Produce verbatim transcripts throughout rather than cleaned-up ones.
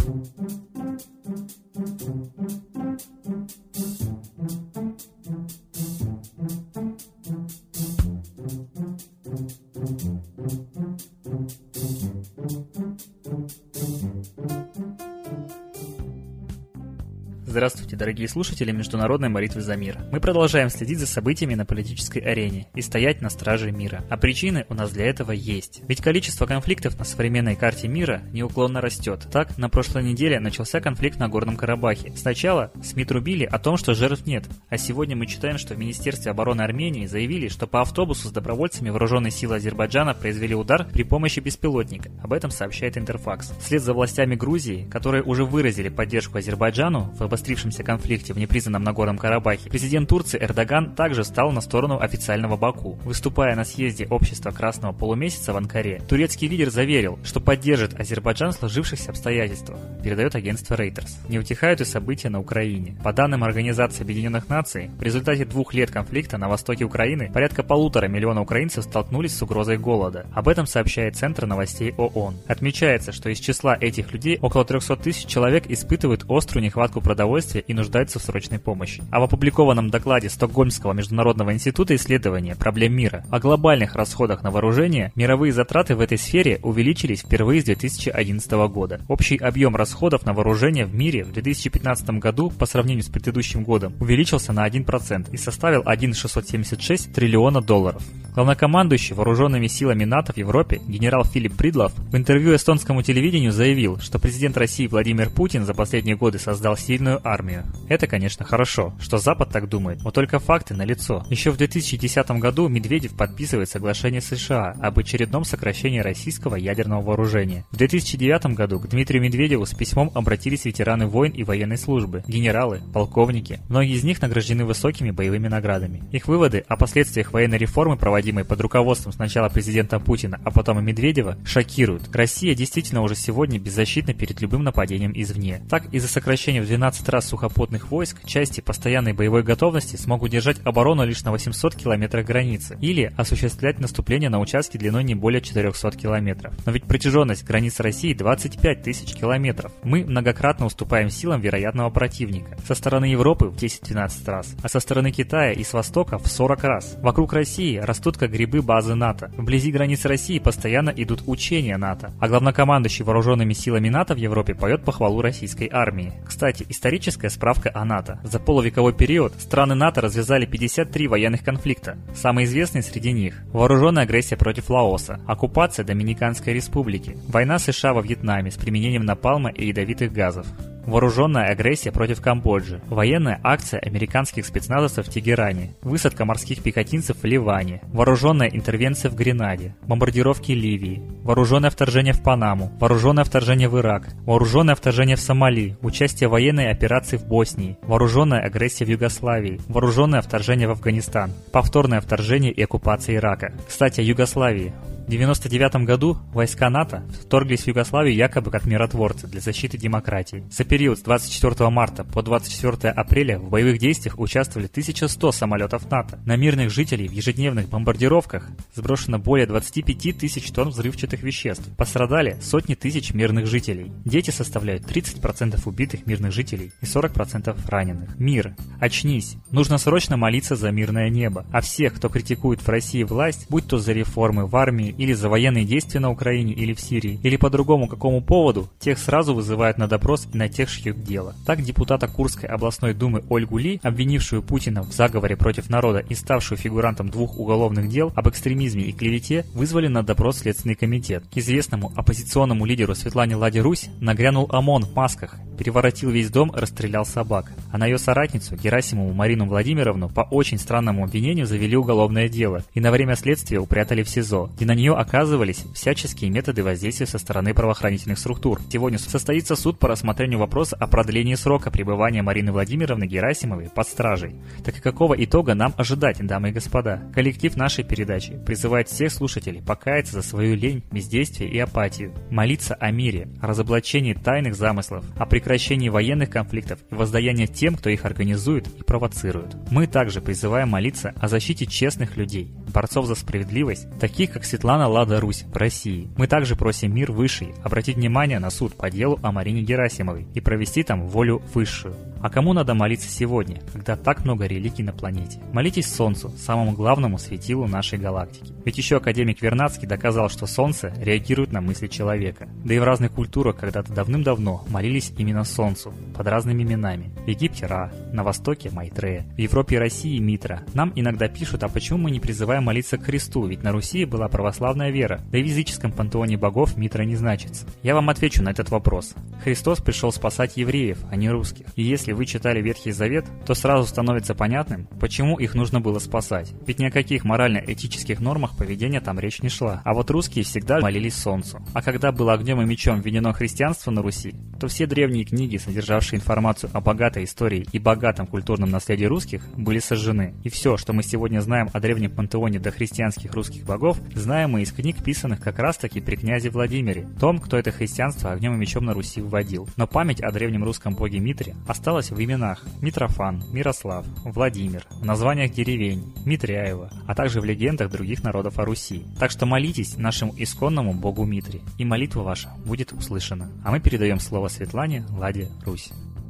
Здравствуйте, дорогие слушатели Международной молитвы за мир. Мы продолжаем следить за событиями на политической арене и стоять на страже мира. А причины у нас для этого есть. Ведь количество конфликтов на современной карте мира неуклонно растет. Так, на прошлой неделе начался конфликт на Горном Карабахе. Сначала СМИ трубили о том, что жертв нет. А сегодня мы читаем, что в Министерстве обороны Армении заявили, что по автобусу с добровольцами вооруженные силы Азербайджана произвели удар при помощи беспилотника. Об этом сообщает Интерфакс. Вслед за властями Грузии, которые уже выразили поддержку Азербайджану в обострившемся конфликте в непризнанном Нагорном Карабахе, президент Турции Эрдоган также стал на сторону официального Баку. Выступая на съезде Общества Красного Полумесяца в Анкаре, турецкий лидер заверил, что поддержит Азербайджан в сложившихся обстоятельствах, передает агентство Reuters. Не утихают и события на Украине. По данным Организации Объединенных Наций, в результате двух лет конфликта на востоке Украины порядка полутора миллиона украинцев столкнулись с угрозой голода. Об этом сообщает Центр новостей ООН. Отмечается, что из числа этих людей около трехсот тысяч человек испытывают острую нехватку продовольствия и нуждаются в срочной помощи. А в опубликованном докладе Стокгольмского международного института исследования проблем мира о глобальных расходах на вооружение мировые затраты в этой сфере увеличились впервые с две тысячи одиннадцатого года. Общий объем расходов на вооружение в мире в две тысячи пятнадцатом году по сравнению с предыдущим годом увеличился на один процент и составил один целых шестьсот семьдесят шесть триллиона долларов. Главнокомандующий вооруженными силами НАТО в Европе генерал Филипп Бридлов в интервью эстонскому телевидению заявил, что президент России Владимир Путин за последние годы создал сильную армию. Это, конечно, хорошо, что Запад так думает, но только факты налицо. Еще в две тысячи десятом году Медведев подписывает соглашение с США об очередном сокращении российского ядерного вооружения. В две тысячи девятом году к Дмитрию Медведеву с письмом обратились ветераны войн и военной службы, генералы, полковники. Многие из них награждены высокими боевыми наградами. Их выводы о последствиях военной реформы, проводимой под руководством сначала президента Путина, а потом и Медведева, шокируют. Россия действительно уже сегодня беззащитна перед любым нападением извне. Так, из-за сокращения в двенадцать раз сухопутных войск части постоянной боевой готовности смогут держать оборону лишь на восьмистах километрах границы или осуществлять наступление на участке длиной не более четырехсот километров. Но ведь протяженность границ России двадцать пять тысяч километров. Мы многократно уступаем силам вероятного противника. Со стороны Европы в десять-двенадцать раз, а со стороны Китая и с востока в сорок раз. Вокруг России растут как грибы базы НАТО. Вблизи границ России постоянно идут учения НАТО, а главнокомандующий вооруженными силами НАТО в Европе поет похвалу российской армии. Кстати, историческая справка о НАТО. За полувековой период страны НАТО развязали пятьдесят три военных конфликта. Самые известные среди них – вооруженная агрессия против Лаоса, оккупация Доминиканской республики, война США во Вьетнаме с применением напалма и ядовитых газов, вооруженная агрессия против Камбоджи, военная акция американских спецназовцев в Тегеране, высадка морских пехотинцев в Ливане, вооруженная интервенция в Гренаде, бомбардировки Ливии, вооруженное вторжение в Панаму, вооруженное вторжение в Ирак, вооруженное вторжение в Сомали, участие в военной операции в Боснии, вооруженная агрессия в Югославии, вооруженное вторжение в Афганистан, повторное вторжение и оккупация Ирака. Кстати, о Югославии. В девяносто девятом году войска НАТО вторглись в Югославию якобы как миротворцы для защиты демократии. За период с двадцать четвёртого марта по двадцать четвёртое апреля в боевых действиях участвовали тысяча сто самолетов НАТО. На мирных жителей в ежедневных бомбардировках сброшено более двадцати пяти тысяч тонн взрывчатых веществ. Пострадали сотни тысяч мирных жителей. Дети составляют тридцать процентов убитых мирных жителей и сорок процентов раненых. Мир, очнись! Нужно срочно молиться за мирное небо. А всех, кто критикует в России власть, будь то за реформы в армии или за военные действия на Украине или в Сирии, или по другому какому поводу, тех сразу вызывают на допрос и на тех шьют дело. Так депутата Курской областной думы Ольгу Ли, обвинившую Путина в заговоре против народа и ставшую фигурантом двух уголовных дел об экстремизме и клевете, вызвали на допрос Следственный комитет. К известному оппозиционному лидеру Светлане Ладе-Русь нагрянул ОМОН в масках, переворотил весь дом, расстрелял собак. А на ее соратницу, Герасимову Марину Владимировну, по очень странному обвинению завели уголовное дело и на время следствия упрятали в СИЗО, где на нее оказывались всяческие методы воздействия со стороны правоохранительных структур. Сегодня состоится суд по рассмотрению вопроса о продлении срока пребывания Марины Владимировны Герасимовой под стражей. Так и какого итога нам ожидать, дамы и господа? Коллектив нашей передачи призывает всех слушателей покаяться за свою лень, бездействие и апатию, молиться о мире, о разоблачении тайных замыслов, о прекращении прекращении военных конфликтов и воздаянии тем, кто их организует и провоцирует. Мы также призываем молиться о защите честных людей, борцов за справедливость, таких как Светлана Лада Русь в России. Мы также просим мир высший обратить внимание на суд по делу о Марине Герасимовой и провести там волю высшую. А кому надо молиться сегодня, когда так много религий на планете? Молитесь Солнцу, самому главному светилу нашей галактики. Ведь еще академик Вернадский доказал, что Солнце реагирует на мысли человека. Да и в разных культурах когда-то давным-давно молились именно Солнцу, под разными именами. В Египте Ра, на Востоке Майтрея, в Европе и России Митра. Нам иногда пишут, а почему мы не призываем молиться к Христу, ведь на Руси была православная вера, да и в языческом пантеоне богов Митра не значится. Я вам отвечу на этот вопрос. Христос пришел спасать евреев, а не русских. И если вы читали Ветхий Завет, то сразу становится понятным, почему их нужно было спасать. Ведь ни о каких морально-этических нормах поведения там речь не шла. А вот русские всегда молились Солнцу. А когда было огнем и мечом введено христианство на Руси, то все древние книги, содержавшие информацию о богатой истории и богатом культурном наследии русских, были сожжены. И все, что мы сегодня знаем о древнем пантеоне дохристианских русских богов, знаем мы из книг, писанных как раз-таки при князе Владимире, том, кто это христианство огнем и мечом на Руси вводил. Но память о древнем русском боге Митре осталась в именах Митрофан, Мирослав, Владимир, в названиях деревень, Митряево, а также в легендах других народов о Руси. Так что молитесь нашему исконному богу Митре, и молитва ваша будет услышана. А мы передаем слово Светлане Ладе Русь.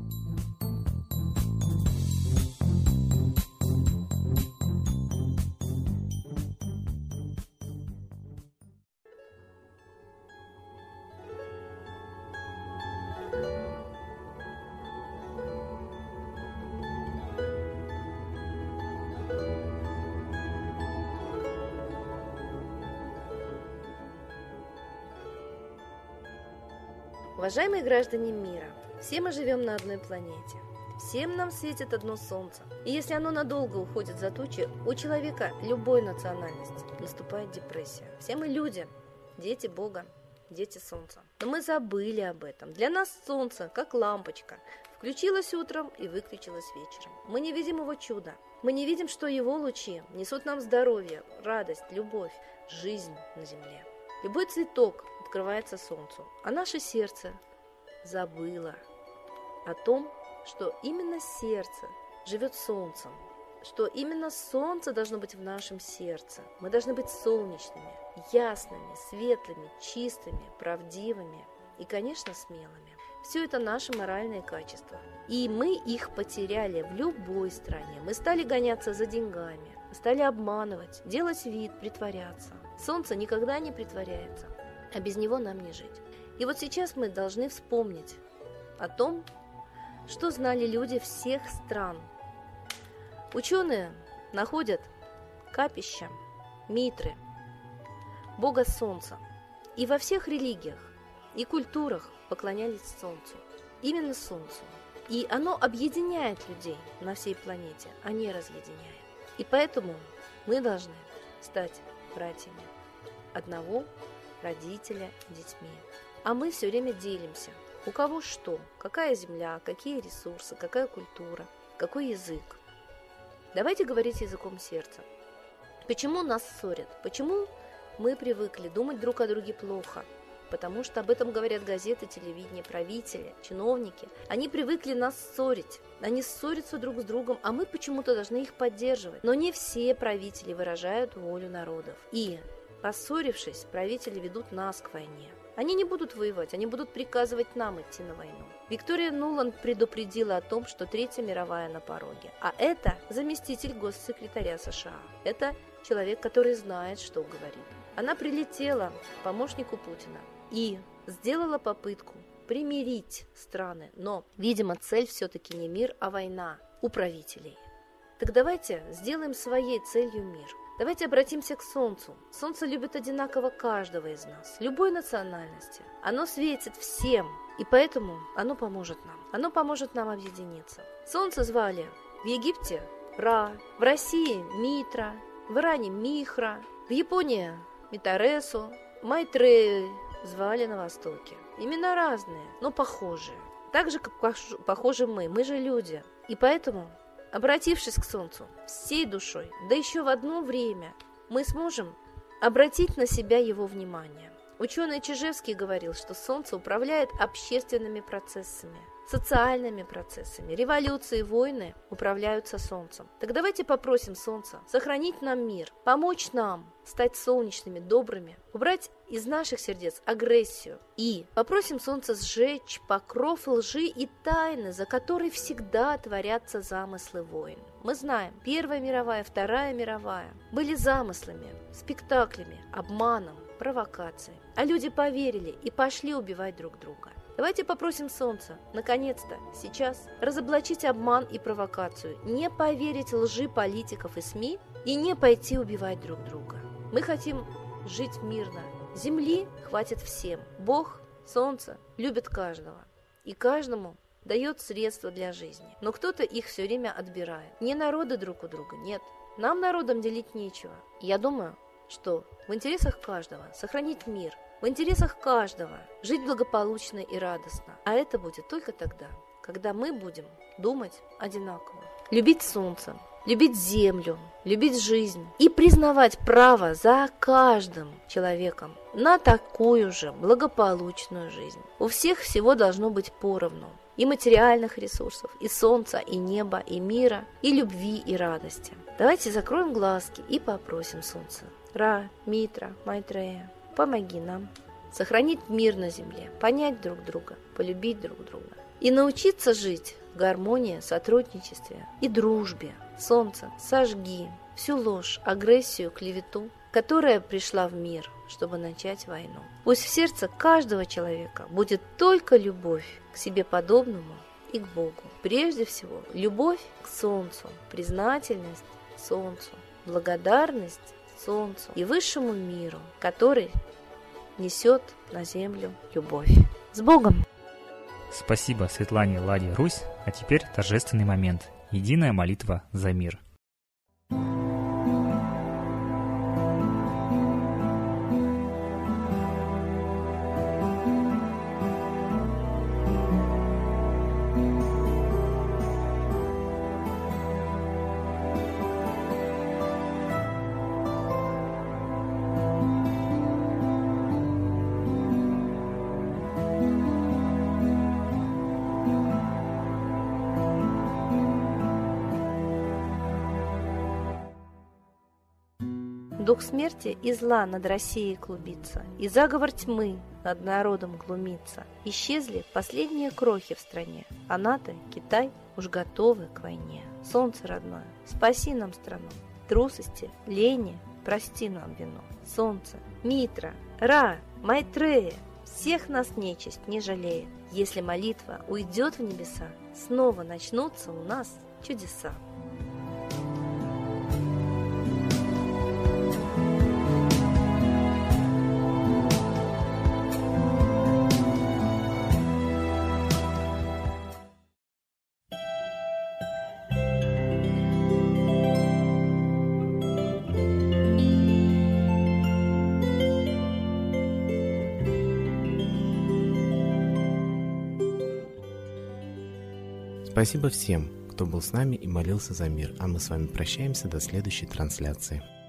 Уважаемые граждане мира, все мы живем на одной планете. Всем нам светит одно солнце. И если оно надолго уходит за тучи, у человека любой национальности наступает депрессия. Все мы люди, дети Бога, дети солнца. Но мы забыли об этом. Для нас солнце, как лампочка, включилось утром и выключилось вечером. Мы не видим его чуда. Мы не видим, что его лучи несут нам здоровье, радость, любовь, жизнь на земле. Любой цветок открывается солнцу, а наше сердце забыло о том, что именно сердце живет солнцем, что именно солнце должно быть в нашем сердце. Мы должны быть солнечными, ясными, светлыми, чистыми, правдивыми и, конечно, смелыми. Все это наши моральные качества. И мы их потеряли в любой стране. Мы стали гоняться за деньгами, стали обманывать, делать вид, притворяться. Солнце никогда не притворяется, а без него нам не жить. И вот сейчас мы должны вспомнить о том, что знали люди всех стран. Ученые находят капища Митры, бога солнца. И во всех религиях и культурах поклонялись солнцу. Именно солнцу. И оно объединяет людей на всей планете, а не разъединяет. И поэтому мы должны стать братьями одного родителя детьми. А мы все время делимся. У кого что, какая земля, какие ресурсы, какая культура, какой язык. Давайте говорить языком сердца. Почему нас ссорят? Почему мы привыкли думать друг о друге плохо? Потому что об этом говорят газеты, телевидение, правители, чиновники. Они привыкли нас ссорить. Они ссорятся друг с другом, а мы почему-то должны их поддерживать. Но не все правители выражают волю народов. И, поссорившись, правители ведут нас к войне. Они не будут воевать, они будут приказывать нам идти на войну. Виктория Нуланд предупредила о том, что Третья мировая на пороге. А это заместитель госсекретаря США. Это человек, который знает, что говорит. Она прилетела к помощнику Путина и сделала попытку примирить страны. Но, видимо, цель все-таки не мир, а война у правителей. Так давайте сделаем своей целью мир. Давайте обратимся к Солнцу. Солнце любит одинаково каждого из нас, любой национальности. Оно светит всем, и поэтому оно поможет нам. Оно поможет нам объединиться. Солнце звали в Египте Ра, в России Митра, в Иране Михра, в Японии Митаресу, Майтрею звали на Востоке. Имена разные, но похожие. Так же, как похожи мы. Мы же люди. И поэтому, обратившись к Солнцу всей душой, да еще в одно время, мы сможем обратить на себя его внимание. Ученый Чижевский говорил, что Солнце управляет общественными процессами, социальными процессами. Революции и войны управляются Солнцем. Так давайте попросим Солнца сохранить нам мир, помочь нам стать солнечными, добрыми, убрать из наших сердец агрессию. И попросим Солнца сжечь покров лжи и тайны, за которой всегда творятся замыслы войн. Мы знаем, Первая мировая, Вторая мировая были замыслами, спектаклями, обманом, провокацией. А люди поверили и пошли убивать друг друга. Давайте попросим Солнца, наконец-то, сейчас, разоблачить обман и провокацию, не поверить лжи политиков и СМИ и не пойти убивать друг друга. Мы хотим жить мирно. Земли хватит всем. Бог, Солнце любит каждого. И каждому дает средства для жизни. Но кто-то их все время отбирает. Не народы друг у друга, нет. Нам, народам, делить нечего. Я думаю, что в интересах каждого сохранить мир, в интересах каждого жить благополучно и радостно. А это будет только тогда, когда мы будем думать одинаково. Любить солнце, любить землю, любить жизнь и признавать право за каждым человеком на такую же благополучную жизнь. У всех всего должно быть поровну. И материальных ресурсов, и солнца, и неба, и мира, и любви, и радости. Давайте закроем глазки и попросим Солнца. Ра, Митра, Майтрея, помоги нам сохранить мир на земле, понять друг друга, полюбить друг друга и научиться жить в гармонии, сотрудничестве и дружбе. Солнце, сожги всю ложь, агрессию, клевету, которая пришла в мир, чтобы начать войну. Пусть в сердце каждого человека будет только любовь к себе подобному и к Богу. Прежде всего, любовь к Солнцу, признательность Солнцу, благодарность Солнцу и высшему миру, который несет на землю любовь. С Богом! Спасибо Светлане Ладе Русь, а теперь торжественный момент. Единая молитва за мир. Дух смерти и зла над Россией клубится, и заговор тьмы над народом глумится. Исчезли последние крохи в стране, а НАТО, Китай уж готовы к войне. Солнце родное, спаси нам страну, трусости, лени, прости нам вину. Солнце, Митра, Ра, Майтрея, всех нас нечисть не жалеет. Если молитва уйдет в небеса, снова начнутся у нас чудеса. Спасибо всем, кто был с нами и молился за мир, а мы с вами прощаемся до следующей трансляции.